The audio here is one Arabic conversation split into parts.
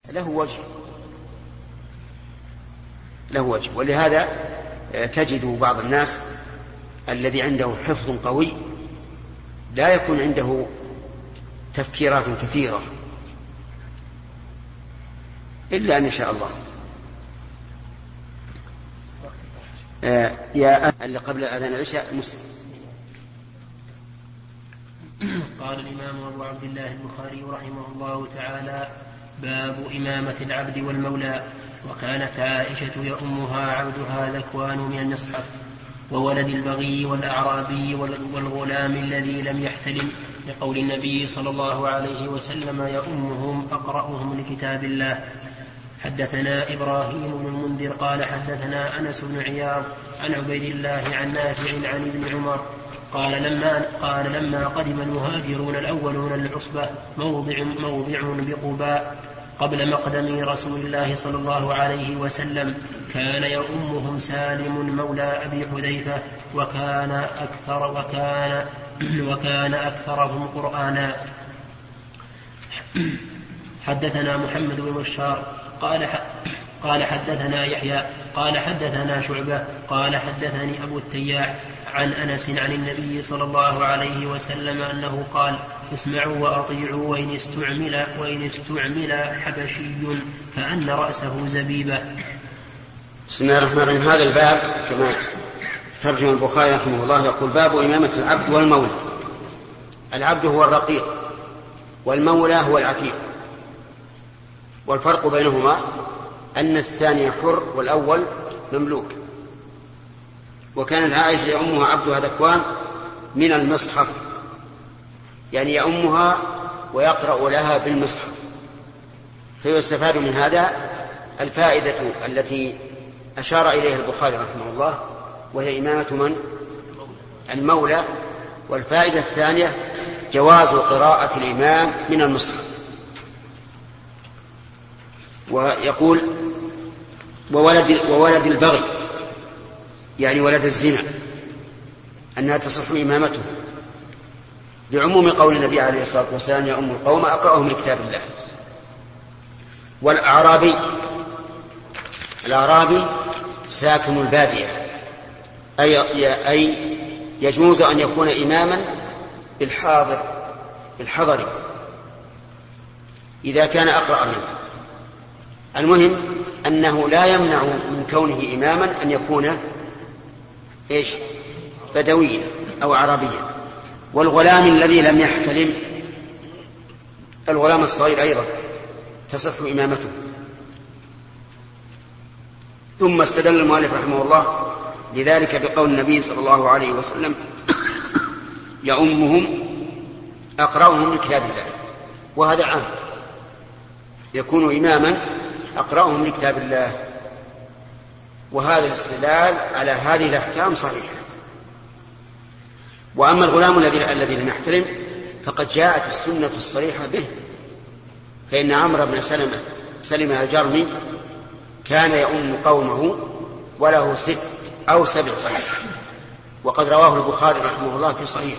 له وجه. ولهذا تجد بعض الناس الذي عنده حفظ قوي لا يكون عنده تفكيرات كثيرة إلا أن شاء الله. يا اللي قبل أذان العشاء مسلم. قال الإمام أبو عبد الله البخاري رحمه الله تعالى: باب إمامة العبد والمولى. وكانت عائشة يؤمها عبدها ذكوان من المصحف، وولد البغي والأعرابي والغلام الذي لم يحتلم، لقول النبي صلى الله عليه وسلم: يؤمهم أقرأهم لكتاب الله. حدثنا إبراهيم بن المنذر قال حدثنا أنس بن عياض عن عبيد الله عن نافع عن ابن عمر قال لما قدم المهاجرون الأولون العصبة موضع بقباء قبل مقدم رسول الله صلى الله عليه وسلم، كان يؤمهم سالم مولى أبي حذيفة، وكان أكثرهم قرآنا. حدثنا محمد بن بشار قال حدثنا يحيى قال حدثنا شعبة قال حدثني أبو التياح عن أنس عن النبي صلى الله عليه وسلم أنه قال: اسمعوا وأطيعوا وإن استعمل حبشي كأن رأسه زبيبة. بسم الله الرحمن الرحيم. هذا الباب كما ترجم البخاري رحمه الله يقول: باب إمامة العبد والمولى. العبد هو الرقيق والمولى هو العتيق، والفرق بينهما أن الثاني حر والأول مملوك. وكانت عائشة يأمها عبدها ذكوان من المصحف، يعني يأمها ويقرأ لها بالمصحف. فيستفاد من هذا الفائدة التي أشار إليها البخاري رحمه الله، وهي إمامة من؟ المولى. والفائدة الثانية جواز قراءة الإمام من المصحف. ويقول: وولد البغي، يعني ولد الزنا، أنها تصح إمامته، بعموم قول النبي عليه الصلاة والسلام: يؤم القوم أقرأهم لكتاب الله. والأعرابي، الأعرابي ساكن البادية، أي يجوز أن يكون إماما بالحضر إذا كان أقرأ منه. المهم أنه لا يمنع من كونه إماما أن يكون بدويا أو عربيا. والغلام الذي لم يحتلم، الغلام الصغير أيضا تصح إمامته. ثم استدل المؤلف رحمه الله لذلك بقول النبي صلى الله عليه وسلم: يؤمهم أقرأهم لكتاب الله. وهذا عام، يكون إماما أقرأهم لكتاب الله. وهذا الاستدلال على هذه الأحكام صحيح. وأما الغلام الذي لم يحترم فقد جاءت السنة الصريحة به، فإن عمرو بن سلمة الجرمي كان يؤم قومه وله 6 أو 7 سنين، وقد رواه البخاري رحمه الله في صحيح.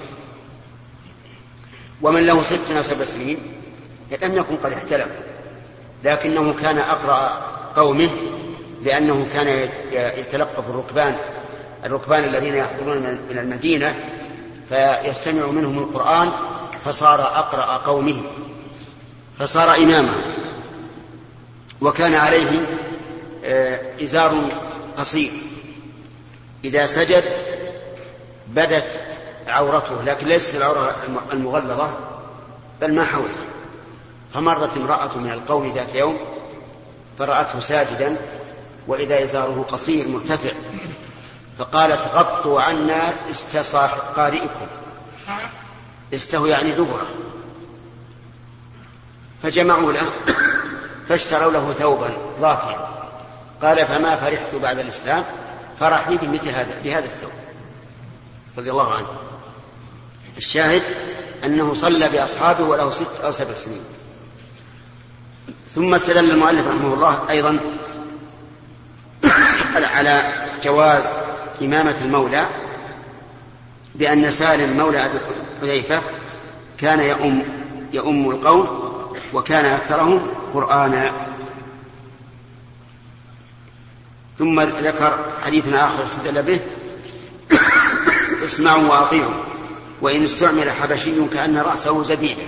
ومن له 6 أو 7 سنين لم يكن قد احتلم، لكنه كان أقرأ قومه، لأنه كان يتلقف الركبان الذين يحضرون من المدينة فيستمع منهم القرآن، فصار أقرأ قومه، فصار إماما. وكان عليه إزار قصير، إذا سجد بدت عورته، لكن ليست العورة المغلظة بل ما حوله. فمرت امرأة من القوم ذات يوم فرأته ساجدا وإذا إزاره قصير مرتفع، فقالت: غطوا عنا استصاح قارئكم. استه يعني دبره. فجمعوا له فاشتروا له ثوبا ضافيا. قال: فما فرحت بعد الإسلام فرحي بهذا الثوب، رضي الله عنه. الشاهد أنه صلى بأصحابه وله 6 أو 7 سنين. ثم استدل المؤلف رحمه الله أيضا على جواز إمامة المولى بأن سالم مولى أبي حذيفة كان يؤم القوم وكان أكثرهم قرآنا. ثم ذكر حديثا آخر استدل به: اسمعوا وأطيعوا وإن استعمل حبشي كأن رأسه زبيبة.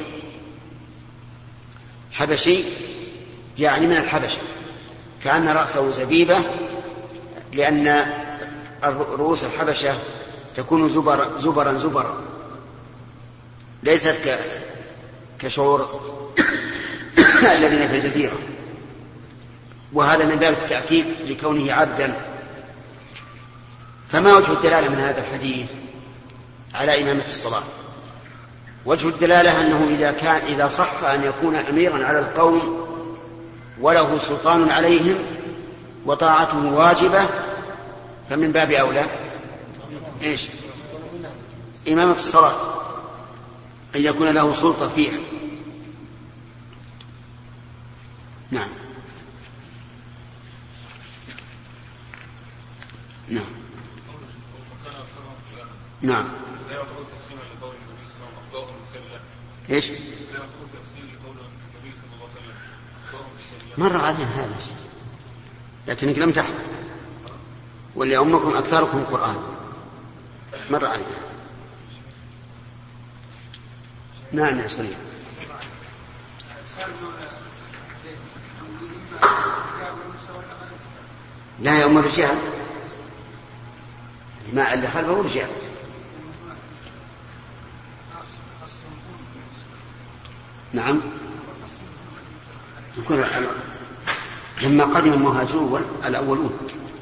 حبشي يعني من الحبشة، كأن رأسه زبيبة، لأن رؤوس الحبشة تكون زبرا ليست كشعور الذين في الجزيرة. وهذا من باب التأكيد لكونه عبدا. فما وجه الدلالة من هذا الحديث على إمامة الصلاة؟ وجه الدلالة أنه إذا صح أن يكون أميرا على القوم وله سلطان عليهم وطاعته واجبة، فمن باب أولى إيش؟ إمامة الصلاة، أن يكون له سلطة فيها. نعم نعم نعم. لا يعتبر تفسيرا لقول النبي صلى الله عليه وسلم أخطاء مكلة. إيش؟ لا يعتبر تفسير لقول النبي صلى الله عليه وسلم. مر علينا هذا الشيء لكنك لم تحضر، وليؤمكم أكثركم قرآن. مر علينا. نعم يا صليح. لا يا أم الرجال، ما اللي خلفه رجال. نعم. يكون لما قدم المهاجرون الأولون.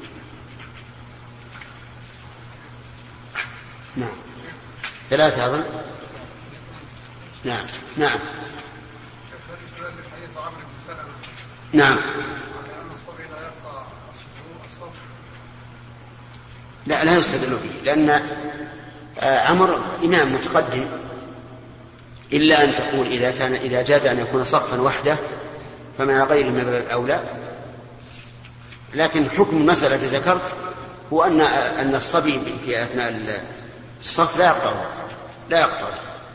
نعم. 3 أظن. نعم نعم نعم. لا يستدل به، لأن عمر إمام متقدم، إلا أن تقول إذا جاز أن يكون صفا وحده فمن غير من باب الأولى. لكن حكم المسألة التي ذكرت هو أن الصبي في أثناء الصف لا يقطع.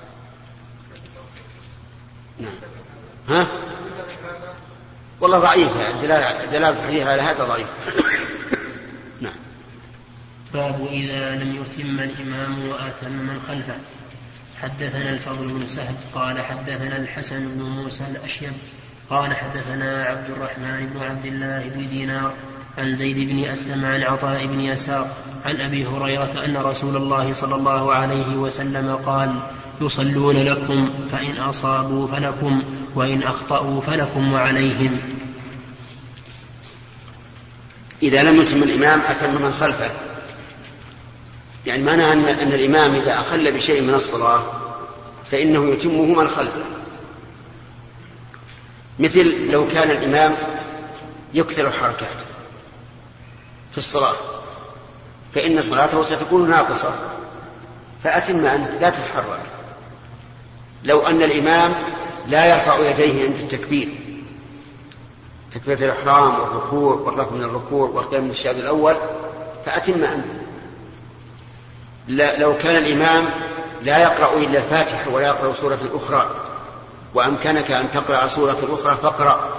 نعم. ها؟ والله ضعيفة دلالة الحديث على هذا ضعيف. نعم. باب إذا لم يتم الإمام وأتم من خلفه. حدثنا الفضل بن سهل قال حدثنا الحسن بن موسى الأشيب قال حدثنا عبد الرحمن بن عبد الله بن دينار عن زيد بن أسلم عن عطاء بن يسار عن أبي هريرة أن رسول الله صلى الله عليه وسلم قال: يصلون لكم فإن أصابوا فلكم وإن أخطأوا فلكم وعليهم. إذا لم يتم الإمام أتم من خلفه، يعني معنى أن الإمام إذا أخل بشيء من الصلاة فإنه يتمه من خلفه. مثل لو كان الإمام يكثر الحركات في الصلاة فإن صلاته ستكون ناقصة، فأتم أنت لا تتحرك. لو أن الإمام لا يرفع يديه عند التكبير، تكبيرة الإحرام والركوع والرفع من الركوع والقيام من الشهادة الأول، فأتم أنت. لو كان الإمام لا يقرأ إلا الفاتحة ولا يقرأ سورة أخرى وأمكنك أن تقرأ سورة أخرى فاقرأ،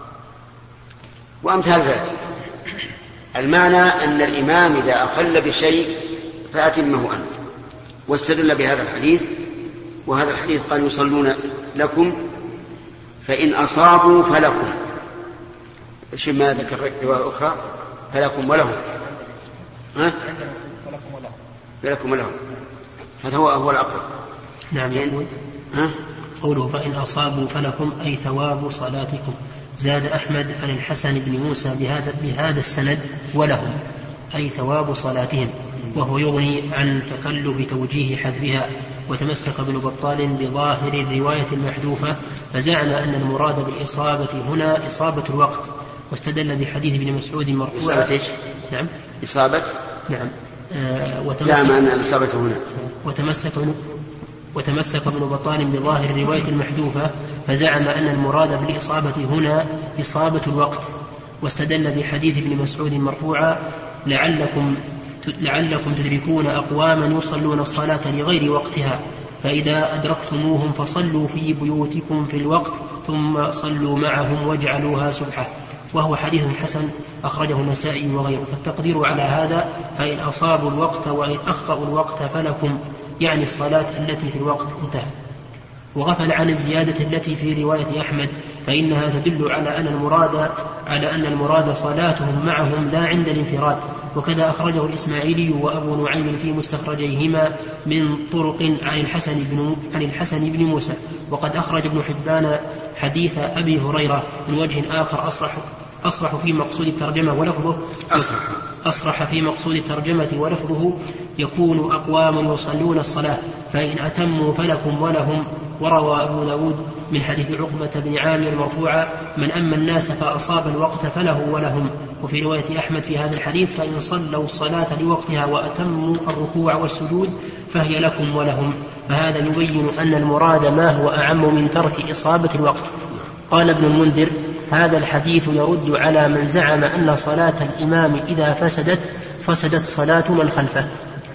وأمثال ذلك. المعنى أن الإمام إذا أخل بشيء فأتمه أنت. واستدل بهذا الحديث، وهذا الحديث قال: يصلون لكم فإن أصابوا فلكم. إيش ما ذكر رواية أخرى؟ فلكم ولهم. ها؟ فلكم ولهم. هذا هو الأقرب. نعم. يقول قوله فإن أصابوا فلكم أي ثواب صلاتكم. زاد أحمد عن الحسن بن موسى بهذا السند ولهم أي ثواب صلاتهم، وهو يغني عن تكلف توجيه حذفها. وتمسك ابن بطال بظاهر الرواية المحذوفة فزعم أن المراد بالإصابة هنا إصابة الوقت، واستدل بحديث ابن مسعود مرفوعا. إصابة إيش؟ نعم. إصابة. نعم. زعم أن الإصابة هنا. وتمسك ابن بطال بظاهر الرواية المحذوفة فزعم أن المراد بالإصابة هنا إصابة الوقت، واستدل بحديث ابن مسعود مرفوعا: لعلكم تدركون أقواما يصلون الصلاة لغير وقتها فإذا أدركتموهم فصلوا في بيوتكم في الوقت ثم صلوا معهم واجعلوها سبحة. وهو حديث حسن أخرجه النسائي وغيره. فالتقدير على هذا: فإن أصابوا الوقت وإن أخطأوا الوقت فلكم، يعني الصلاة التي في الوقت. انتهى. وغفل عن الزيادة التي في رواية أحمد، فإنها تدل على أن المراد صلاتهم معهم لا عند الانفراد. وكذا أخرجه الإسماعيلي وأبو نعيم في مستخرجيهما من طرق عن الحسن بن موسى. وقد أخرج ابن حبان حديث أبي هريرة من وجه آخر أصرح في مقصود الترجمة ولفظه أصرح في مقصود الترجمة ولفظه: يكون أقوام يصلون الصلاة فإن أتموا فلكم ولهم. وروى أبو داود من حديث عقبة بن عامر مرفوعا: من أما الناس فأصاب الوقت فله ولهم. وفي رواية أحمد في هذا الحديث: فإن صلوا الصلاة لوقتها وأتموا الركوع والسجود فهي لكم ولهم. فهذا يبين أن المراد ما هو أعم من ترك إصابة الوقت. قال ابن المنذر: هذا الحديث يرد على من زعم أن صلاة الإمام إذا فسدت صلاة من خلفه.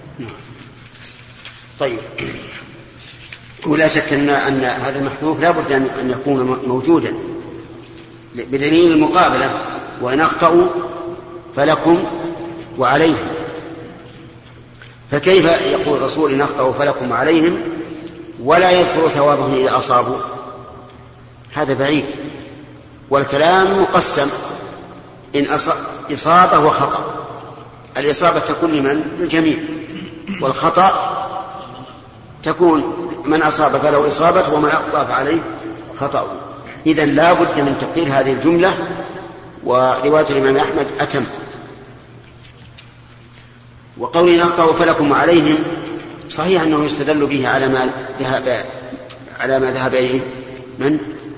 طيب، ولا شك أن هذا المحذوف لا بد أن يكون موجودا بدليل المقابلة: وإن أخطأوا فلكم وعليهم. فكيف يقول الرسول إن أخطأوا فلكم وعليهم ولا يذكر ثوابهم إذا أصابوا؟ هذا بعيد. والكلام مقسم: إن إصابة وخطأ. الإصابة تكون لمن؟ للجميع. والخطأ تكون من أصاب فله إصابة ومن أخطأ فعليه خطأ. إذن لا بد من تقدير هذه الجملة. ورواية الإمام أحمد أتم. وقول إن أخطأوا فلكم وعليهم صحيح أنه يستدل به على ما ذهب إليه من؟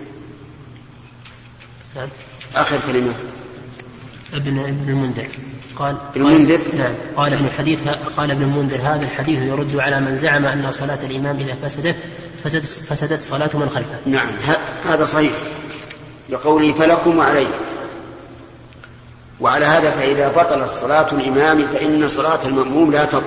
آخر كلمة ابن المنذر قال نعم. قال ابن المنذر: هذا الحديث يرد على من زعم أن صلاة الإمام إذا فسدت صلاة من خلفه. نعم، هذا صحيح لقوله فلكم وعليه. وعلى هذا فإذا بطلت صلاة الإمام فإن صلاة المأموم لا تبطل.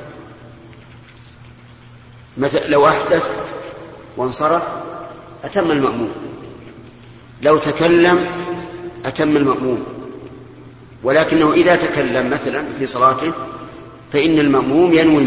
مثل لو أحدث وانصرف أتم المأموم، لو تكلم أتم المأموم، ولكنه إذا تكلم مثلا في صلاته فإن المأموم ينوي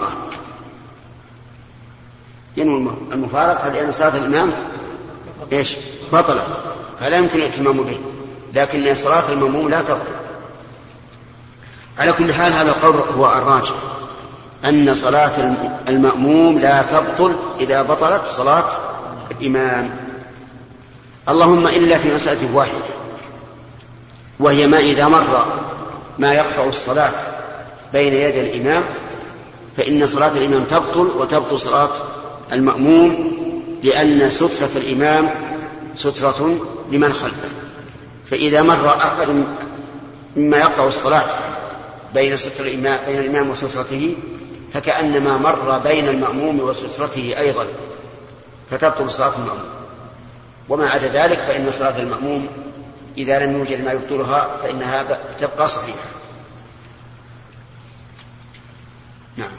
المفارقة لأن صلاة الإمام بطلت، فلا يمكن الاتمام به، لكن صلاة المأموم لا تبطل. على كل حال هذا القول هو الراجح، أن صلاة المأموم لا تبطل إذا بطلت صلاة الإمام، اللهم إلا في مسألة واحدة، وهي ما إذا مر ما يقطع الصلاة بين يدي الإمام فإن صلاة الإمام تبطل وتبطل صلاة المأموم، لأن سترة الإمام سترة لمن خلفه. فإذا مر أحد مما يقطع الصلاة بين الإمام وسترته فكأنما مر بين المأموم وسترته أيضا، فتبطل صلاة المأموم. وما عدا ذلك فإن صلاة المأموم إذا لم يوجد ما يبطلها فإنها تبقى صحيحة. نعم.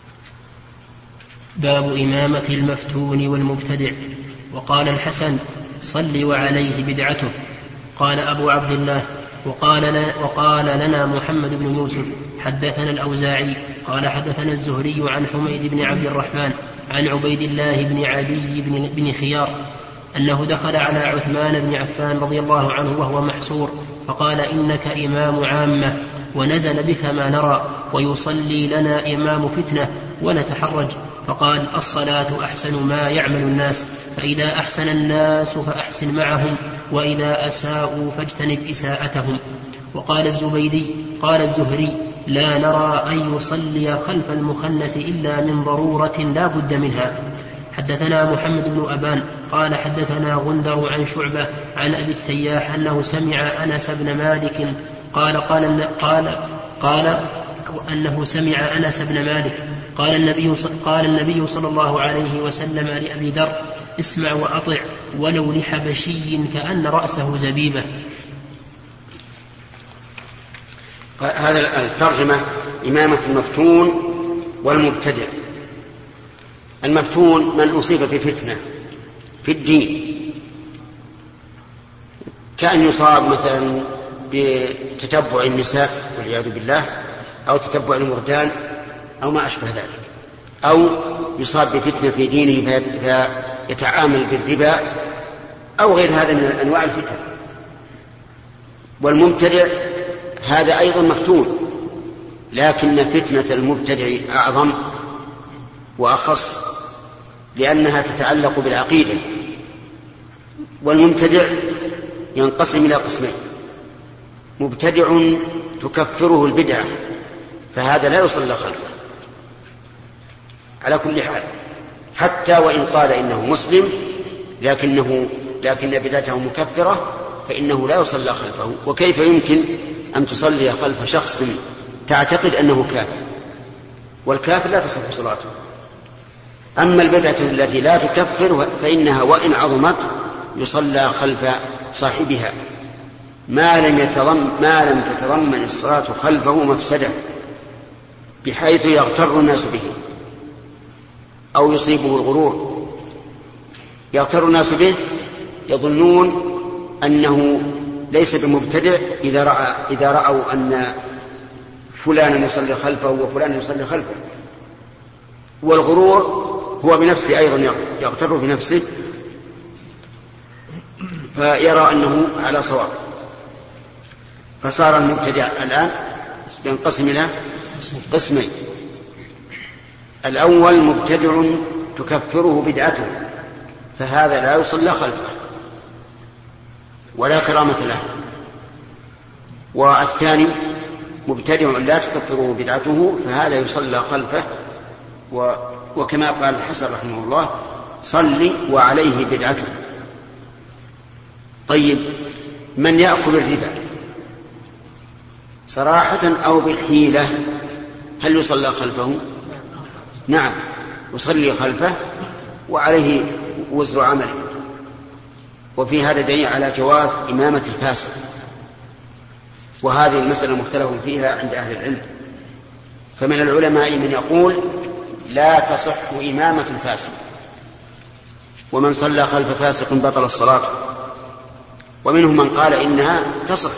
باب إمامة المفتون والمبتدع. وقال الحسن: صل وعليه بدعته. قال أبو عبد الله: وقال لنا محمد بن يوسف حدثنا الأوزاعي قال حدثنا الزهري عن حميد بن عبد الرحمن عن عبيد الله بن عدي بن خيار أنه دخل على عثمان بن عفان رضي الله عنه وهو محسور فقال: إنك إمام عامة ونزل بك ما نرى، ويصلي لنا إمام فتنة ونتحرج. فقال: الصلاة أحسن ما يعمل الناس، فإذا أحسن الناس فأحسن معهم، وإذا أساءوا فاجتنب إساءتهم. وقال الزبيدي: قال الزهري: لا نرى أن يصلي خلف المخنث إلا من ضرورة لا بد منها. حدثنا محمد بن أبان قال حدثنا غندر عن شعبة عن أبي التياح أنه سمع أنس بن مالك قال أنه سمع أنس بن مالك قال النبي صلى الله عليه وسلم لأبي ذر: اسمع وأطع ولو لحبشي كأن رأسه زبيبة. هذا الترجمة إمامة المفتون والمبتدع. المفتون من أصيب بفتنة في الدين، كأن يصاب مثلا بتتبع النساء والعياذ بالله، أو تتبع المردان، أو ما أشبه ذلك، أو يصاب بفتنة في دينه فيتعامل بالربا أو غير هذا من أنواع الفتن. والمبتدع هذا أيضا مفتون، لكن فتنة المبتدع أعظم وأخص، لأنها تتعلق بالعقيدة. والمبتدع ينقسم إلى قسمين: مبتدع تكفره البدعة، فهذا لا يصلى خلفه على كل حال، حتى وإن قال إنه مسلم لكن بدعته مكفرة، فإنه لا يصلى خلفه. وكيف يمكن أن تصلي خلف شخص تعتقد أنه كافر؟ والكافر لا تصح صلاته. أما البدعة التي لا تكفر فإنها وإن عظمت يصلى خلف صاحبها ما لم تتضمن الصلاة خلفه مفسدة بحيث يغتر الناس به أو يصيبه الغرور. يغتر الناس به، يظنون أنه ليس بمبتدع إذا رأوا أن فلانا يصلي خلفه وفلانا يصلي خلفه. والغرور هو بنفسه أيضا يغتر بنفسه فيرى أنه على صواب. فصار المبتدع الآن ينقسم إلى قسمين: الأول مبتدع تكفره بدعته، فهذا لا يصلى خلفه ولا كرامة له. والثاني مبتدع لا تكفره بدعته، فهذا يصلى خلفه، وكما قال الحسن رحمه الله: صلي وعليه بدعته. طيب، من يأكل الربا صراحة أو بالحيلة هل يصلى خلفه؟ نعم، يصلي خلفه وعليه وزر عمله. وفي هذا دليل على جواز إمامة الفاسق، وهذه المسألة مختلف فيها عند أهل العلم. فمن العلماء من يقول لا تصح إمامة الفاسق، ومن صلى خلف فاسق بطل الصلاة. ومنهم من قال إنها تصح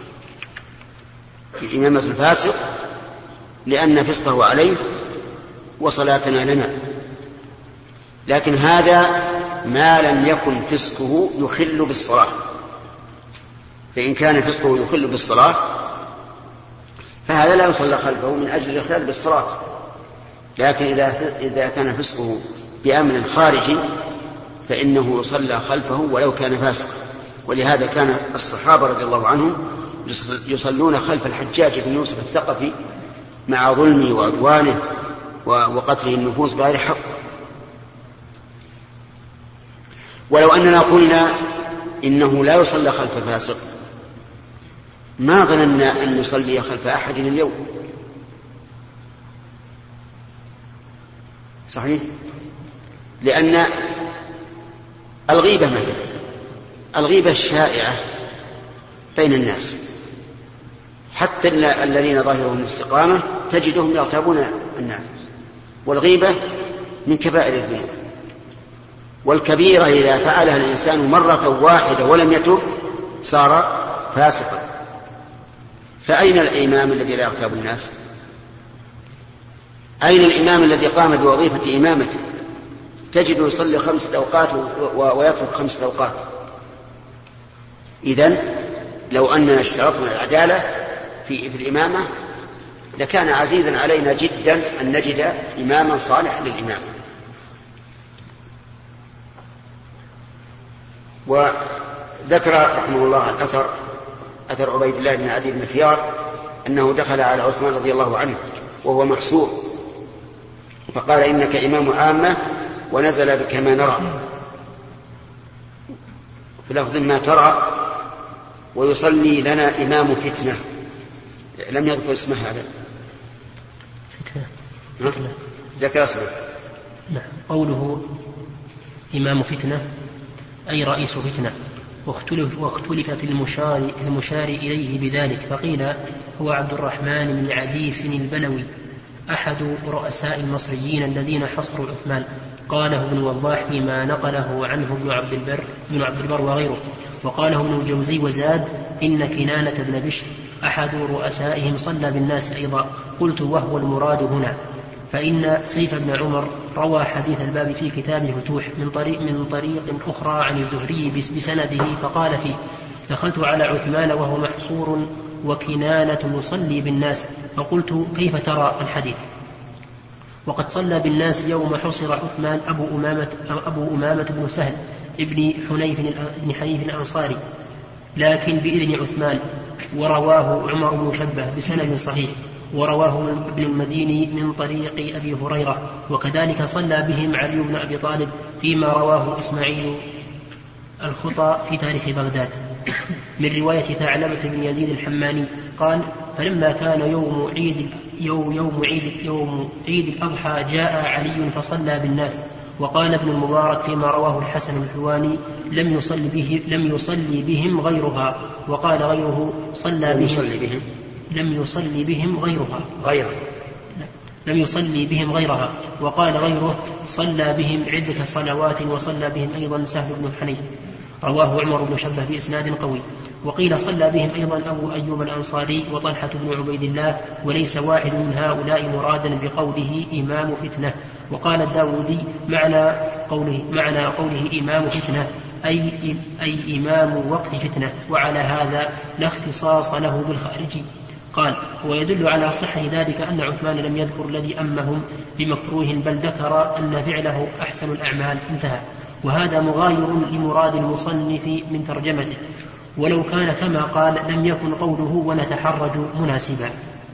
إمامة الفاسق لأن فسقه عليه وصلاتنا لنا، لكن هذا ما لم يكن فسقه يخل بالصلاة. فإن كان فسقه يخل بالصلاة فهذا لا يصلى خلفه من أجل الإخلال بالصلاة. لكن إذا كان فسقه بأمر خارجي فإنه يصلى خلفه ولو كان فاسقا. ولهذا كان الصحابة رضي الله عنهم يصلون خلف الحجاج بن يوسف الثقفي مع ظلمه وعدوانه وقتله النفوس بغير حق. ولو أننا قلنا إنه لا يصلى خلف فاسق ما ظننا أن نصلي خلف أحد اليوم. صحيح؟ لأن الغيبة مثلا، الغيبة الشائعة بين الناس، حتى الذين ظاهرهم الاستقامة تجدهم يغتابون الناس. والغيبة من كبائر الذنوب، والكبيرة إذا فعلها الإنسان مرة واحدة ولم يتب صار فاسقا. فأين الإمام الذي لا يغتاب الناس؟ أين الإمام الذي قام بوظيفة إمامته؟ تجد يصلي 5 أوقات ويترك 5 أوقات. إذن لو أننا اشترطنا العدالة في الإمامة لكان عزيزا علينا جدا أن نجد إماما صالحا للإمامة. وذكر رحمه الله أثر عبيد الله بن عدي بن خيار أنه دخل على عثمان رضي الله عنه وهو محصور فقال: إنك إمام عامة ونزل بك ما نرى، في لفظ ما ترى، ويصلي لنا إمام فتنة. لم يذكر اسمه هذا. فتنة ذكر اسمه. نعم. قوله إمام فتنة أي رئيس فتنة، واختلف في المشار إليه بذلك، فقيل هو عبد الرحمن بن عديس البلوي، أحد رؤساء المصريين الذين حصروا عثمان. قاله ابن وضاح فيما نقله عنه ابن عبد البر وغيره. وقاله ابن الجوزي وزاد: إن كنانة بن بشر أحد رؤسائهم صلى بالناس أيضا. قلت: وهو المراد هنا، فإن سيف بن عمر روى حديث الباب في كتاب الفتوح من طريق أخرى عن الزهري بسنده، فقال فيه: دخلت على عثمان وهو محصور وكنانة يصلي بالناس، فقلت: كيف ترى الحديث؟ وقد صلى بالناس يوم حصر عثمان أبو أمامة بن سهل ابن حنيف الأنصاري، لكن بإذن عثمان. ورواه عمر بن شبه بسند صحيح، ورواه ابن المديني من طريق أبي هريرة. وكذلك صلى بهم علي بن أبي طالب فيما رواه إسماعيل الخطى في تاريخ بغداد من رواية ثعلبة بن يزيد الحماني قال: فلما كان يوم عيد الأضحى جاء علي فصلى بالناس. وقال ابن المبارك فيما رواه الحسن الحواني: لم يصلي بهم غيرها. وقال غيره: لم يصلي بهم غيرها. وقال غيره: صلى بهم عدة صلوات وصلى بهم أيضا سهل بن حنيف. رواه عمر بن شبه بإسناد قوي. وقيل صلى بهم أيضا أبو أيوب الأنصاري وطلحة بن عبيد الله، وليس واحد من هؤلاء مرادا بقوله إمام فتنة. وقال الداودي: معنى قوله إمام فتنة أي إمام وقت فتنة، وعلى هذا لا اختصاص له بالخارجي. قال: ويدل على صحة ذلك أن عثمان لم يذكر الذي أمهم بمكروه، بل ذكر أن فعله أحسن الأعمال. انتهى. وهذا مغاير لمراد المصنف من ترجمته، ولو كان كما قال لم يكن قوله ونتحرج مناسبا.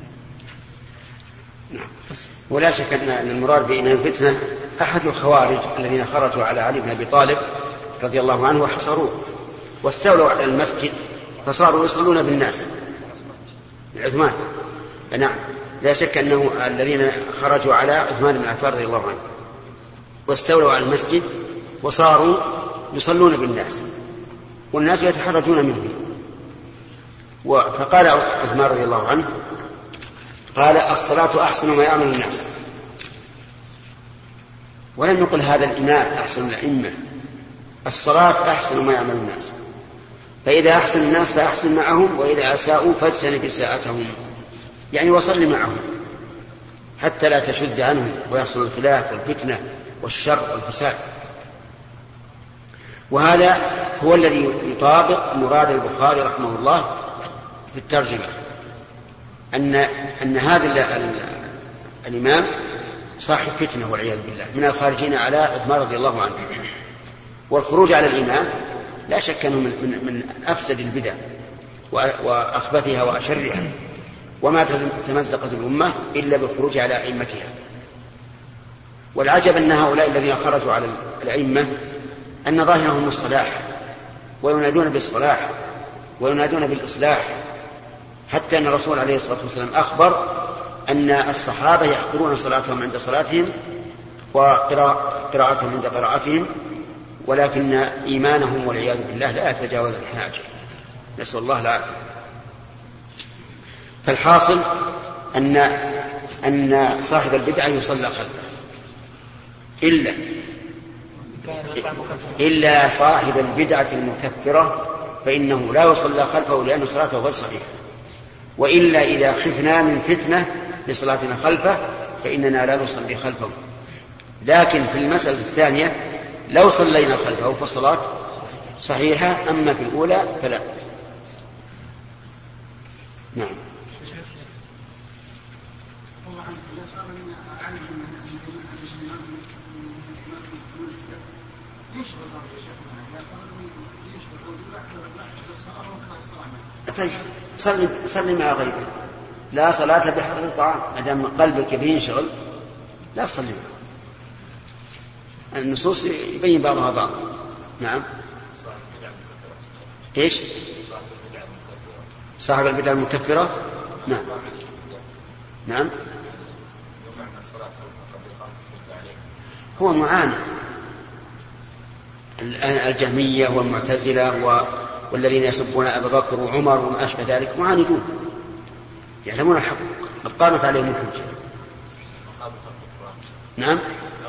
ولا شك أن المراد بإمام فتنة أحد الخوارج الذين خرجوا على علي بن أبي طالب رضي الله عنه وحصروه واستولوا على المسجد فصاروا يصلون بالناس عثمان. نعم، لا شك أنه الذين خرجوا على عثمان بن عفان رضي الله عنه واستولوا على المسجد وصاروا يصلون بالناس والناس يتحرجون منهم. فقال عثمان رضي الله عنه: قال: الصلاة أحسن ما يعمل الناس. ولم يقل هذا الإمام أحسن الأئمة، الصلاة أحسن ما يعمل الناس، فإذا أحسن الناس فأحسن معهم، وإذا أساءوا فاجتنب إساءتهم، يعني وصل معهم حتى لا تشد عنهم ويحصل الخلاف والفتنة والشر والفساد. وهذا هو الذي يطابق مراد البخاري رحمه الله في الترجمة، أن هذا الإمام صاحب فتنة والعياذ بالله من الخارجين على عثمان رضي الله عنه. والخروج على الإمام لا شك أنه من أفسد البدع وأخبثها وأشرها، وما تمزقت الأمة إلا بالخروج على أئمتها. والعجب أن هؤلاء الذين خرجوا على الأئمة أن ظاهرهم الصلاح، وينادون بالصلاح وينادون بالإصلاح، حتى أن الرسول عليه الصلاة والسلام أخبر أن الصحابة يحقرون صلاتهم عند صلاتهم وقراءتهم عند قراءتهم، ولكن إيمانهم والعياذ بالله لا يتجاوز الحناجر، نسأل الله العافية. فالحاصل أن صاحب البدعة يصلى خلفه إلا صاحب البدعة المكفرة فإنه لا يصلى خلفه لأن صلاته غير صحيحة. وإلا إذا خفنا من فتنة لصلاتنا خلفه فإننا لا نصلي خلفه. لكن في المسألة الثانية لو صلينا خلفه فالصلاة صحيحة، أما في الأولى فلا. نعم. طيب صلي مع غيرك، لا صلاة بحضر الطعام، ما دام قلبك بينشغل لا تصلي معه. النصوص يبين بعضها بعض. نعم. ايش؟ صاحب البدعة المكفرة. نعم نعم، هو معاند. الجهمية والمعتزلة والذين يسبون أبا بكر وعمر وما أشبه ذلك معاندون، يعلمون الحق، قد قامت عليهم الحجة. نعم.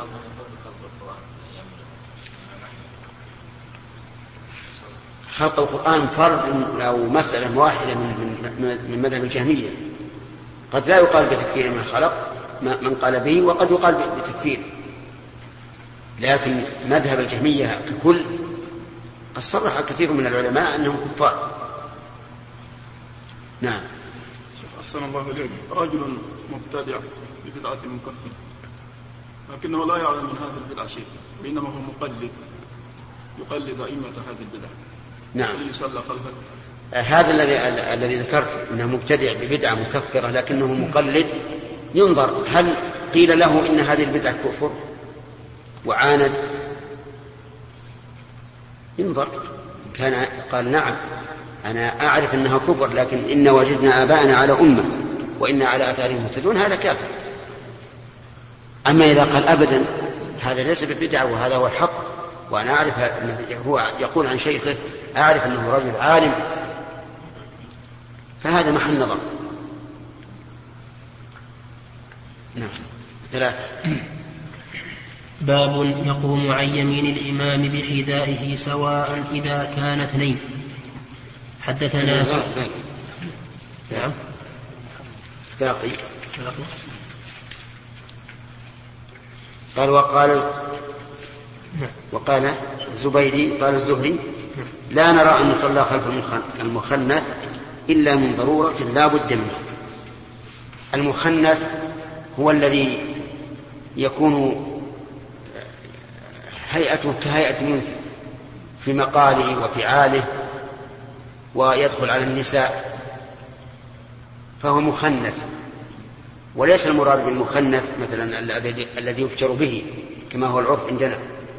خلق القرآن فرد أو مسألة واحدة من مذهب الجهمية. قد لا يقال بتكفير من خلق من قال به، وقد يقال بتكفير، لكن مذهب الجهمية ككل قد صرح كثير من العلماء أنهم كفار. نعم. أحسن الله إليك. رجل مبتدع ببدعة مكفر لكنه لا يعلم من هذه البدعة شيء، بينما هو مقلد يقلد أئمة هذه البدعة. نعم. يصلى خلفه. هذا الذي ذكرت أنه مبتدع ببدعة مكفرة لكنه مقلد، ينظر هل قيل له إن هذه البدعة كفر وعاند، ينظر كان قال نعم أنا أعرف أنها كفر لكن إن وجدنا آباءنا على أمة وإنا على آثارهم مهتدون، هذا كافر. أما إذا قال أبدا هذا ليس ببدعة وهذا هو الحق وأنا أعرف أنه هو يقول عن شيخه أعرف أنه رجل عالم، فهذا محل نظر. نعم. 3. باب يقوم عن يمين الإمام بحذائه سواء إذا كان 2. حدثنا نعم. باقي. قال وقال الزبيدي قال الزهري لا نرى أن نصلى خلف المخنث إلا من ضرورة لا بد منها. المخنث هو الذي يكون هيئته كهيئة المنثى في مقاله وفعاله ويدخل على النساء، فهو مخنث. وليس المراد بالمخنث مثلا الذي يفشر به كما هو العرف عندنا،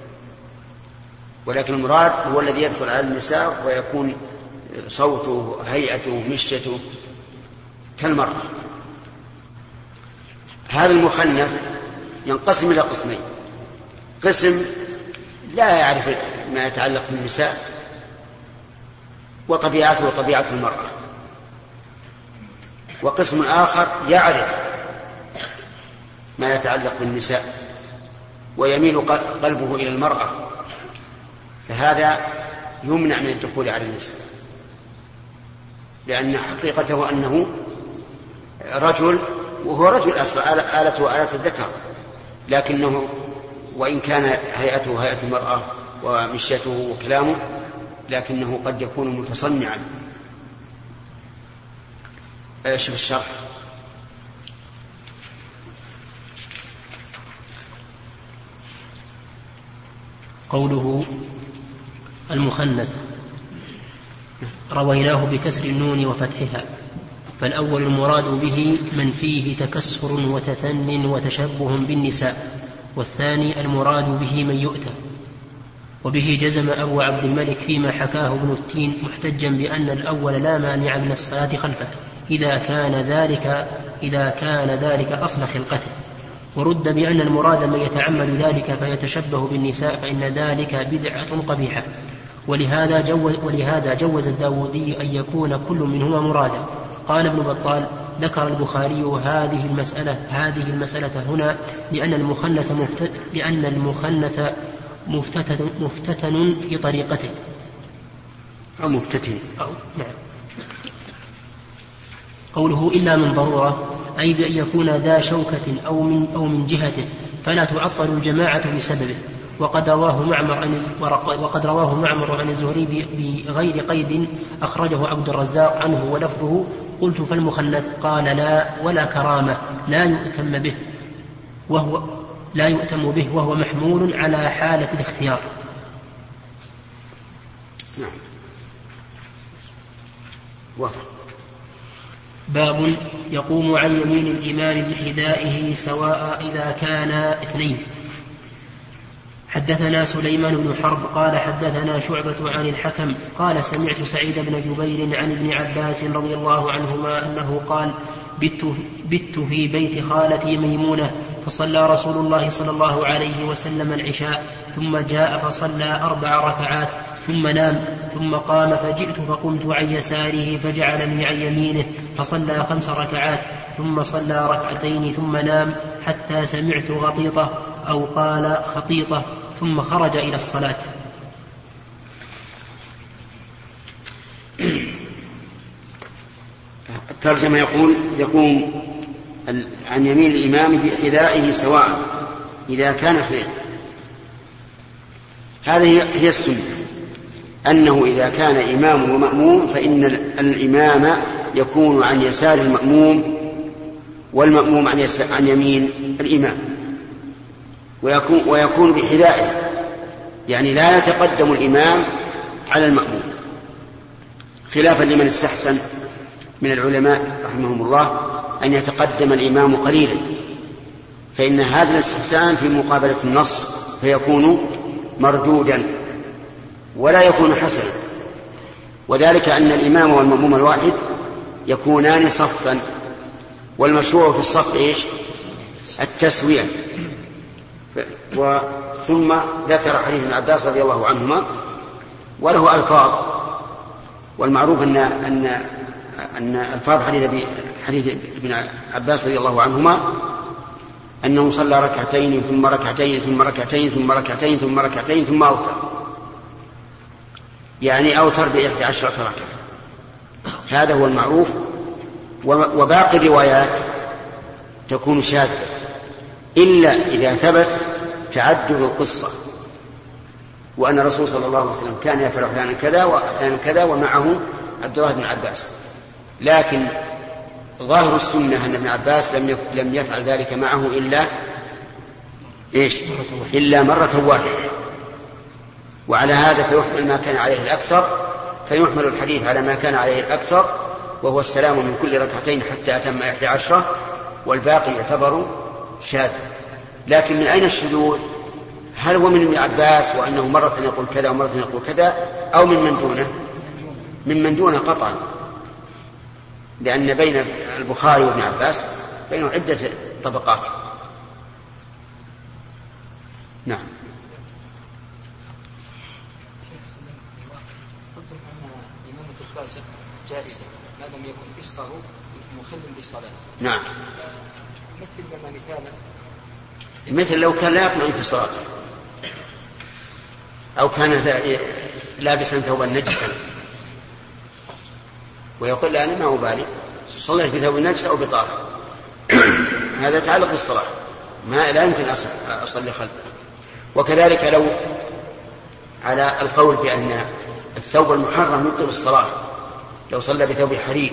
ولكن المراد هو الذي يدخل على النساء ويكون صوته هيئته مشيته كالمرأة. هذا المخنث ينقسم إلى قسمين: قسم لا يعرف ما يتعلق بالنساء وطبيعته وطبيعة المرأة، وقسم آخر يعرف ما يتعلق بالنساء ويميل قلبه إلى المرأة، فهذا يمنع من الدخول على النساء، لأن حقيقته أنه رجل، وهو رجل أصلا، آلة الذكر، لكنه وإن كان هيئته هيئة المرأة ومشيته وكلامه لكنه قد يكون متصنعا. شوف الشرح. قوله المخنث رويناه بكسر النون وفتحها، فالأول المراد به من فيه تكسر وتثن وتشبه بالنساء، والثاني المراد به من يؤتى. وبه جزم أبو عبد الملك فيما حكاه ابن التين محتجا بأن الأول لا مانع من الصلاة خلفه إذا كان ذلك أصل خلقته، ورد بأن المراد من يتعمد ذلك فيتشبه بالنساء فإن ذلك بدعة قبيحة، ولهذا جوز الداودي أن يكون كل منهما مرادا. قال ابن بطال: ذكر البخاري هذه المسألة هنا لأن المخنث مفتتن في طريقته أو مفتتن. نعم. قوله إلا من ضرورة أي بأن يكون ذا شوكة أو من جهته فلا تعطل الجماعة بسببه. وقد رواه معمر عن الزهري بغير قيد أخرجه عبد الرزاق عنه ولفظه: قلت فالمخنث؟ قال: لا ولا كرامة، لا يؤتم به وهو محمول على حالة الاختيار. نعم. باب يقوم عن يمين الإمام بحذائه سواء إذا كان 2. حدثنا سليمان بن حرب قال حدثنا شعبة عن الحكم قال سمعت سعيد بن جبير عن ابن عباس رضي الله عنهما أنه قال: بت في بيت خالتي ميمونة فصلى رسول الله صلى الله عليه وسلم العشاء ثم جاء فصلى 4 ركعات ثم نام، ثم قام فجئت فقمت عن يساره فجعلني عن يمينه فصلى 5 ركعات، ثم صلى 2 ركعتين ثم نام حتى سمعت غطيطة أو قال خطيطة، ثم خرج إلى الصلاة. الترجمة يقوم عن يمين الإمام بحذائه سواء إذا كان اثنين. هذه هي السنة، أنه إذا كان إمام ومأموم فإن الإمام يكون عن يسار المأموم والمأموم عن يمين الإمام، ويكون بحذائه، يعني لا يتقدم الإمام على المأموم، خلافا لمن استحسن من العلماء رحمهم الله أن يتقدم الإمام قليلا، فإن هذا الاستحسان في مقابلة النص فيكون مردودا ولا يكون حسنا، وذلك أن الإمام والمأموم الواحد يكونان صفا، والمشروع في الصف إيش؟ التسوية. ثم ذكر حديث ابن عباس رضي الله عنهما وله ألفاظ، والمعروف أن ألفاظ حديث ابن عباس رضي الله عنهما أنه صلى 2 ثم 2 ثم 2 ثم 2 ثم 2 ثم أوتر، يعني أوتر ب11 ركعة. هذا هو المعروف، وباقي الروايات تكون شاذة إلا إذا ثبت تعدد القصة، وأن الرسول صلى الله عليه وسلم كان يفعل أحيانا كذا وأحيانا كذا ومعه عبد الله بن عباس. لكن ظاهر السنة أن ابن عباس لم يفعل ذلك معه إلا مرة واحدة، وعلى هذا فيحمل ما كان عليه الأكثر، فيحمل الحديث على ما كان عليه الأكثر، وهو السلام من كل 2 حتى أتم 11، والباقي يعتبر شاذ. لكن من أين الشذوذ؟ هل هو من ابن عباس وأنه مرة يقول كذا ومرة يقول كذا، أو من دونه؟ من دونه قطعا، لأن بين البخاري وابن عباس بينه عدة طبقات. نعم. قلتم أن إمامة الفاسق جائزة ما لم يكن فسقه مخل بالصلاة. نعم. مثل لنا مثالا. مثل لو كان لا يقنع في صلاته، أو كان لابسا ثوبا نجسا ويقول أنا ما أبالي صليت بثوب نجس أو بطاهر، هذا يتعلق بالصلاة، لا يمكن أصلي خلفه. وكذلك لو على القول بأن الثوب المحرم يبطل الصلاة، لو صلى بثوب حرير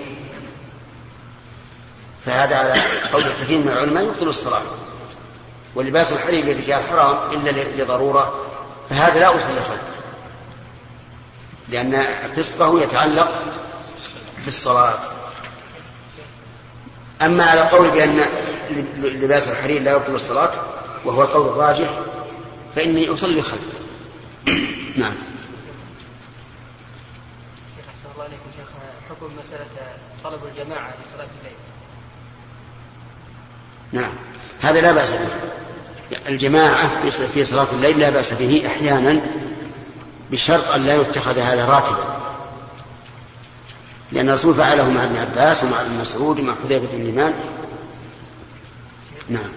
فهذا على قول كثير من العلماء يبطل الصلاة، ولباس الحرير للرجال حرام إلا لضرورة، فهذا لا أصلي خلفه، لأن فسقه يتعلق بالصلاة. أما على قول بأن لباس الحرير لا يبطل الصلاة وهو القول الراجح فإني أصلي خلفه. نعم. أحسن الله عليكم شيخ، حكم مسألة طلب الجماعة لصلاة الليل. نعم، هذا لا بأس به. الجماعة في صلاة الليل لا بأس به أحيانا، بشرط أن لا يتخذ هذا راتبا، لأن الرسول فعله مع ابن عباس ومع ابن مسعود ومع حذيفة بن اليمان. نعم.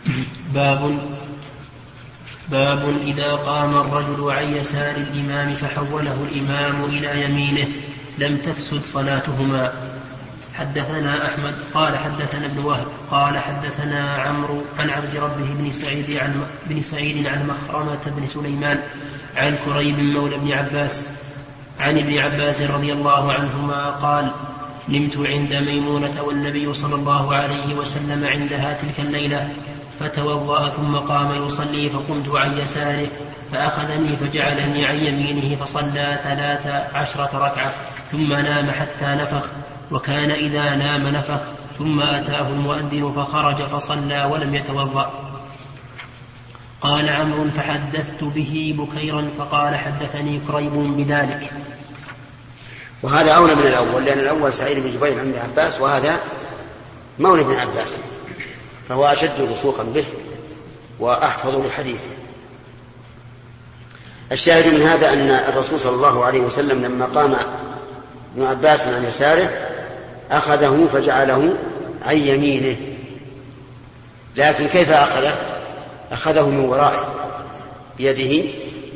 باب إذا قام الرجل عن يسار الإمام فحوله الإمام إلى يمينه لم تفسد صلاتهما. حدثنا أحمد قال حدثنا ابن وهب قال حدثنا عمرو عن عبد ربه بن سعيد عن مخرمة بن سليمان عن كريب مولى ابن عباس عن ابن عباس رضي الله عنهما قال: نمت عند ميمونة والنبي صلى الله عليه وسلم عندها تلك الليلة، فتوضأ ثم قام يصلي، فقمت عن يساره فأخذني فجعلني عن يمينه فصلى 13 ركعة ثم نام حتى نفخ، وكان إذا نام نفخ، ثم أتاه المؤذن فخرج فصلى ولم يتوضأ. قال عمرو: فحدثت به بكيرا فقال: حدثني كريب بذلك. وهذا أولى من الأول، لأن الأول سعيد بن جبير عند عباس، وهذا مولى ابن عباس، فهو أشد لصوقا به وأحفظ لحديثه. الشاهد من هذا أن الرسول صلى الله عليه وسلم لما قام ابن عباس عن يساره أخذه فجعله عن يمينه، لكن كيف أخذه من ورائه بيده،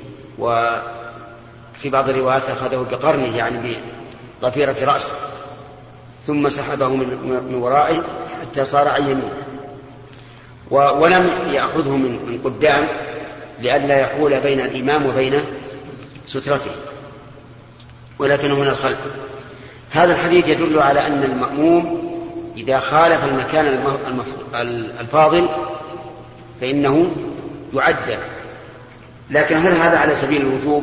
وفي بعض الروايات أخذه بقرنه يعني بضفيرة رأسه، ثم سحبه من ورائه حتى صار عن يمينه، ولم يأخذه من قدام لئلا يحول بين الإمام وبين سترته، ولكنه من الخلف. هذا الحديث يدل على أن المأموم إذا خالف المكان الفاضل فإنه يعدل. لكن هل هذا على سبيل الوجوب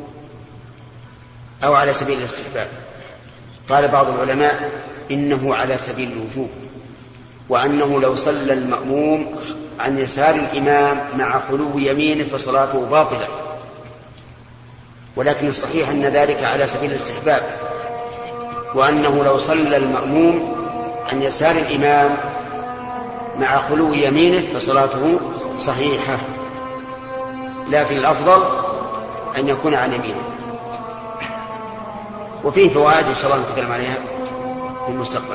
أو على سبيل الاستحباب؟ قال بعض العلماء إنه على سبيل الوجوب، وأنه لو صلى المأموم عن يسار الإمام مع خلو يمينه فصلاته باطلة، ولكن الصحيح أن ذلك على سبيل الاستحباب، وأنه لو صلى المأموم عن يسار الإمام مع خلو يمينه فصلاته صحيحة، لكن الأفضل أن يكون عن يمينه. وفيه فوائد إن شاء الله نتكلم عليها في المستقبل.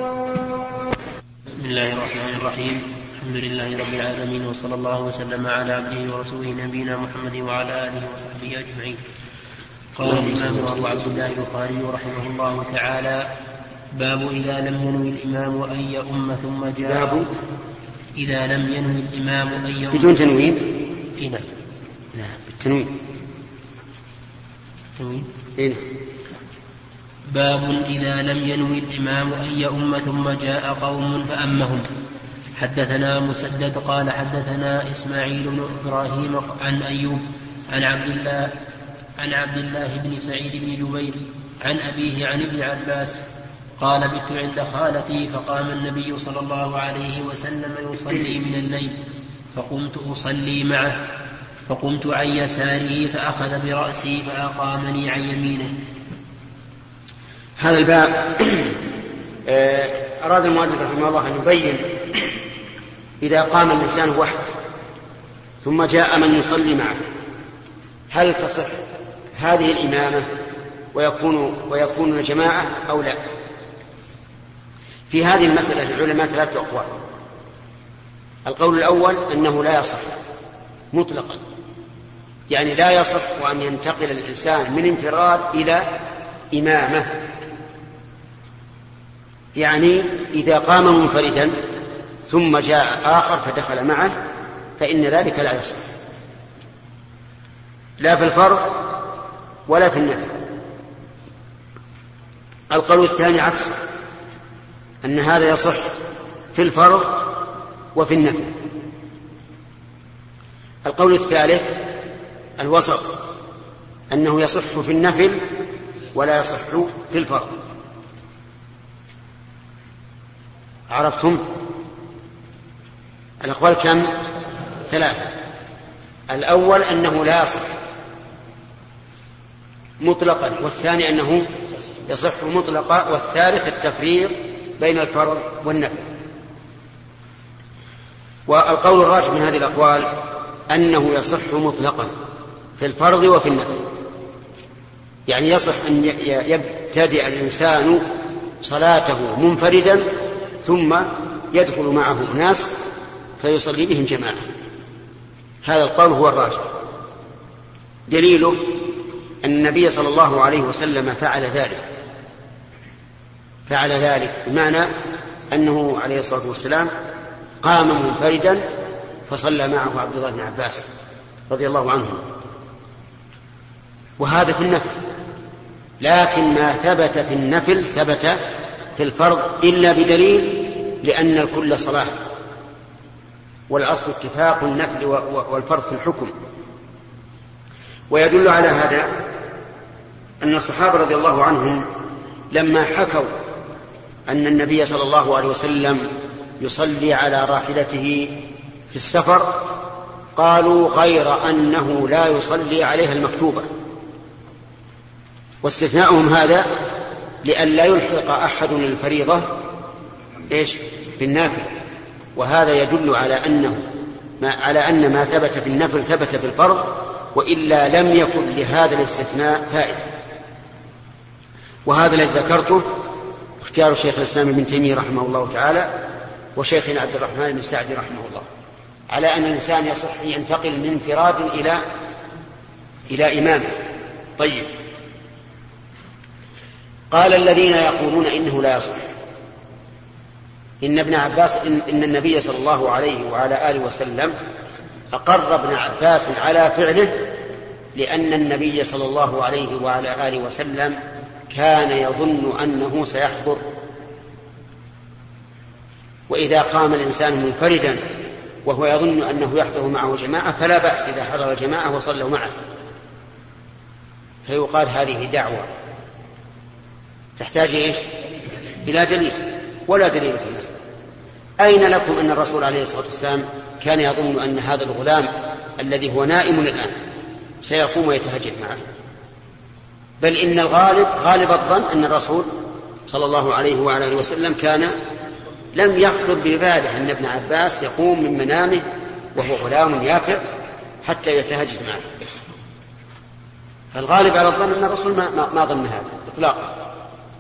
بسم الله الرحمن الرحيم. الحمد لله رب العالمين، وصلى الله وسلم على عبده ورسوله نبينا محمد وعلى آله وصحبه أجمعين. قال الإمام أبو عبد الله البخاري رحمه الله تعالى: باب إذا لم ينوي الإمام أن يؤم ثم جاء. باب إذا لم ينوي الإمام أن يؤم بدون تنوين؟ هنا لا بالتنوين. هنا باب إذا لم ينوي الإمام أن يؤم ثم جاء قوم فأمهم. حدثنا مسدد قال حدثنا إسماعيل بن إبراهيم عن أيوب عن عبد الله بن سعيد بن جبير عن أبيه عن ابن عباس قال: بت عند خالتي فقام النبي صلى الله عليه وسلم يصلي من الليل فقمت أصلي معه، فقمت عن يساره فأخذ برأسي فأقامني عن يمينه. هذا الباب أراد المؤلف رحمه الله أن يبين إذا قام الإنسان وحده ثم جاء من يصلي معه هل تصح هذه الإمامة ويكون جماعة أو لا. في هذه المسألة العلماء 3 أقوال. القول الأول أنه لا يصح مطلقا، يعني لا يصح أن ينتقل الإنسان من انفراد إلى إمامة، يعني إذا قام منفردا ثم جاء آخر فدخل معه فإن ذلك لا يصح، لا في الفرض ولا في النفل. القول الثاني عكسه، أن هذا يصح في الفرض وفي النفل. القول الثالث الوسط، أنه يصح في النفل ولا يصح في الفرض. عرفتم؟ الأقوال كم؟ 3. الأول أنه لا يصح مطلقا، والثاني أنه يصح مطلقا، والثالث التفريق بين الفرض والنفل. والقول الراجح من هذه الأقوال أنه يصح مطلقا في الفرض وفي النفل، يعني يصح أن يبتدئ الإنسان صلاته منفردا ثم يدخل معه ناس فيصلي بهم جماعة. هذا القول هو الراجح. دليله أن النبي صلى الله عليه وسلم فعل ذلك بمعنى أنه عليه الصلاة والسلام قام منفردا فصلى معه عبد الله بن عباس رضي الله عنه، وهذا في النفل. لكن ما ثبت في النفل ثبت في الفرض إلا بدليل، لأن الكل صلاة، والأصل اتفاق النفل والفرض في الحكم. ويدل على هذا أن الصحابة رضي الله عنهم لما حكوا أن النبي صلى الله عليه وسلم يصلي على راحلته في السفر قالوا غير أنه لا يصلي عليها المكتوبة، واستثناؤهم هذا لئلا يلحق أحد الفريضة بالنافل. وهذا يدل على أن ما ثبت في النفل ثبت في الفرض، وإلا لم يكن لهذا الاستثناء فائدة. وهذا الذي ذكرته اختيار شيخ الإسلام ابن تيمية رحمه الله تعالى وشيخنا عبد الرحمن بن سعدي رحمه الله، على أن الإنسان يصح ينتقل من انفراد إلى إمامه. طيب، قال الذين يقولون إنه لا يصح، إن ابن عباس إن النبي صلى الله عليه وعلى آله وسلم أقر ابن عباس على فعله، لأن النبي صلى الله عليه وعلى آله وسلم كان يظن أنه سيحضر، وإذا قام الإنسان منفردا وهو يظن أنه يحضر معه جماعة فلا بأس إذا حضر الجماعة وصلوا معه، فيقال هذه دعوة تحتاج إلى دليل، ولا دليل في المسألة. أين لكم أن الرسول عليه الصلاة والسلام كان يظن أن هذا الغلام الذي هو نائم الآن سيقوم ويتهجد معه؟ بل إن غالب الظن أن الرسول صلى الله عليه وعلى آله وسلم لم يخطر بباله أن ابن عباس يقوم من منامه وهو غلام يافع حتى يتهجد معه. فالغالب على الظن أن الرسول ما ظن هذا إطلاقا.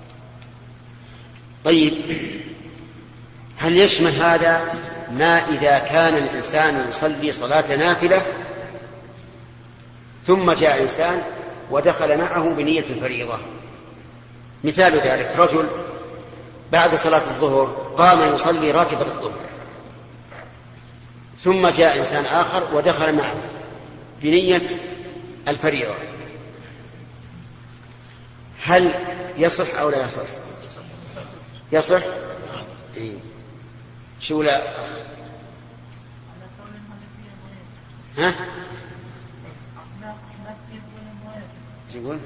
طيب، هل يشمل هذا ما إذا كان الإنسان يصلي صلاة نافلة ثم جاء إنسان ودخل معه بنية الفريضة؟ مثال ذلك رجل بعد صلاة الظهر قام يصلي راتبة الظهر، ثم جاء إنسان آخر ودخل معه بنية الفريضة، هل يصح أو لا يصح؟ يصح. شو لا؟ ها؟ يقول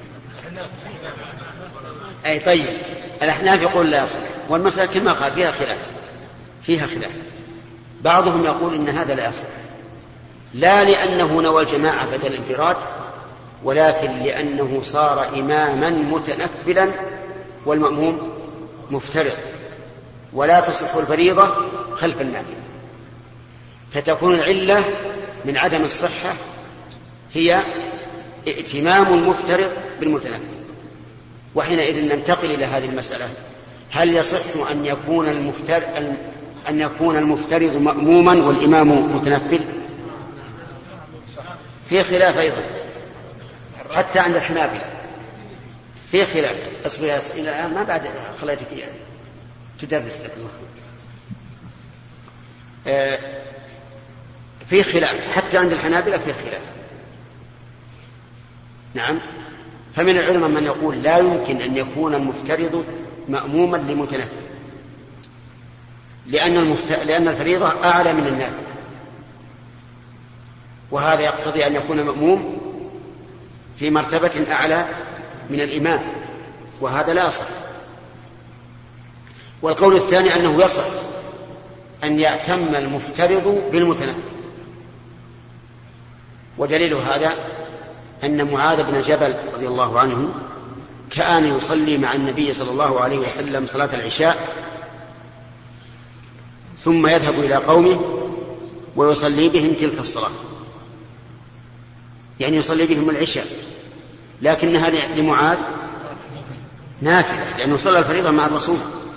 أي طيب، الأحناف يقول لا يصح، والمسألة كما قال فيها خلاف. بعضهم يقول إن هذا لا يصح، لا لأنه نوى الجماعة بدل الانفراد، ولكن لأنه صار إماما متنفلا والمأموم مفترض، ولا تصح الفريضة خلف النافلة، فتكون العلة من عدم الصحة هي ائتمام المفترض بالمتنفل. وحينئذ ننتقل إلى هذه المسألة: هل يصح أن يكون المفترض مأموما والإمام متنفل؟ في خلاف أيضا حتى عند الحنابلة، في خلاف. أصبر إلى الآن ما بعد خليتك يعني تدرس لك الله. في خلاف حتى عند الحنابلة، في خلاف. نعم. فمن العلماء من يقول لا يمكن أن يكون المفترض مأموما لمتنفل، لأن الفريضة أعلى من النافلة، وهذا يقتضي أن يكون مأموم في مرتبة أعلى من الإمام، وهذا لا يصح. والقول الثاني أنه يصح أن يأتم المفترض بالمتنفل، ودليل هذا أن معاذ بن جبل رضي الله عنه كان يصلي مع النبي صلى الله عليه وسلم صلاة العشاء، ثم يذهب إلى قومه ويصلي بهم تلك الصلاة، يعني يصلي بهم العشاء، لكنها لمعاذ نافلة لأنه صلى الفريضة مع الرسول،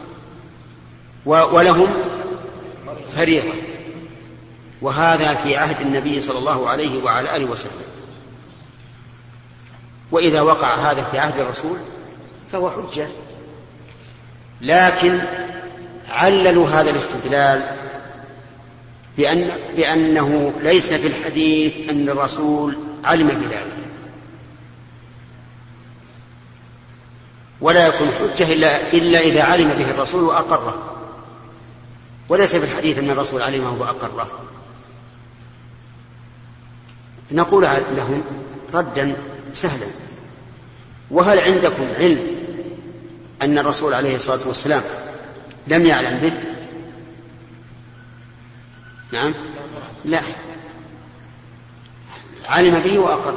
ولهم فريضة، وهذا في عهد النبي صلى الله عليه وعلى آله وسلم. وإذا وقع هذا في عهد الرسول فهو حجة، لكن عللوا هذا الاستدلال بأنه ليس في الحديث أن الرسول علم بذلك، ولا يكون حجة إلا إذا علم به الرسول وأقره، وليس في الحديث أن الرسول علمه وأقره. نقول لهم ردا سهلا: وهل عندكم علم أن الرسول عليه الصلاة والسلام لم يعلم به؟ نعم، لا، علم به وأقر.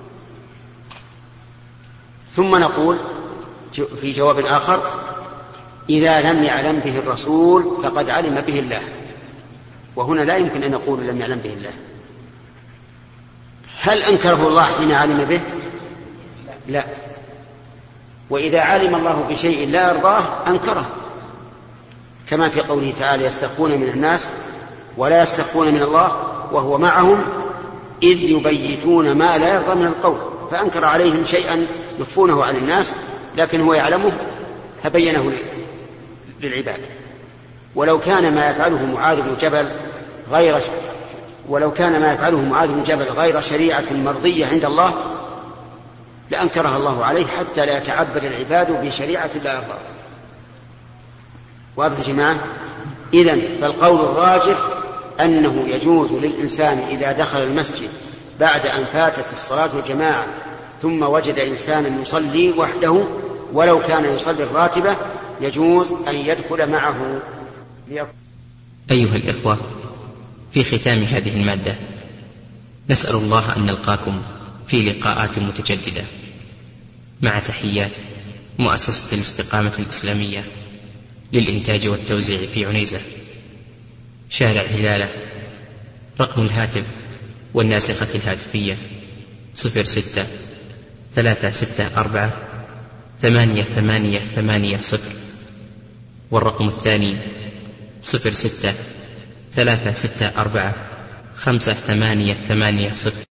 ثم نقول في جواب آخر: إذا لم يعلم به الرسول فقد علم به الله. وهنا لا يمكن أن نقول لم يعلم به الله. هل أنكره الله حين علم به؟ لا. وإذا علم الله بشيء لا يرضاه أنكره، كما في قوله تعالى يستخفون من الناس ولا يستخفون من الله وهو معهم إذ يبيتون ما لا يرضى من القول، فأنكر عليهم شيئا يخفونه عن الناس لكن هو يعلمه فبينه للعباد. ولو كان ما يفعله معاذ بن جبل غير شريعة مرضية عند الله لأنكرها الله عليه حتى لا يتعبد العباد بشريعة لا يرضى. واضح يا جماعة؟ إذن فالقول الراجح أنه يجوز للإنسان إذا دخل المسجد بعد أن فاتت الصلاة الجماعة ثم وجد إنسانا يصلي وحده ولو كان يصلي الراتبة يجوز أن يدخل معه. أيها الإخوة، في ختام هذه المادة نسأل الله أن نلقاكم في لقاءات متجددة، مع تحيات مؤسسة الاستقامة الإسلامية للإنتاج والتوزيع في عنيزة، شارع هلالة. رقم الهاتف والناسخة الهاتفية 06-364-8880، والرقم الثاني 06-364-5880.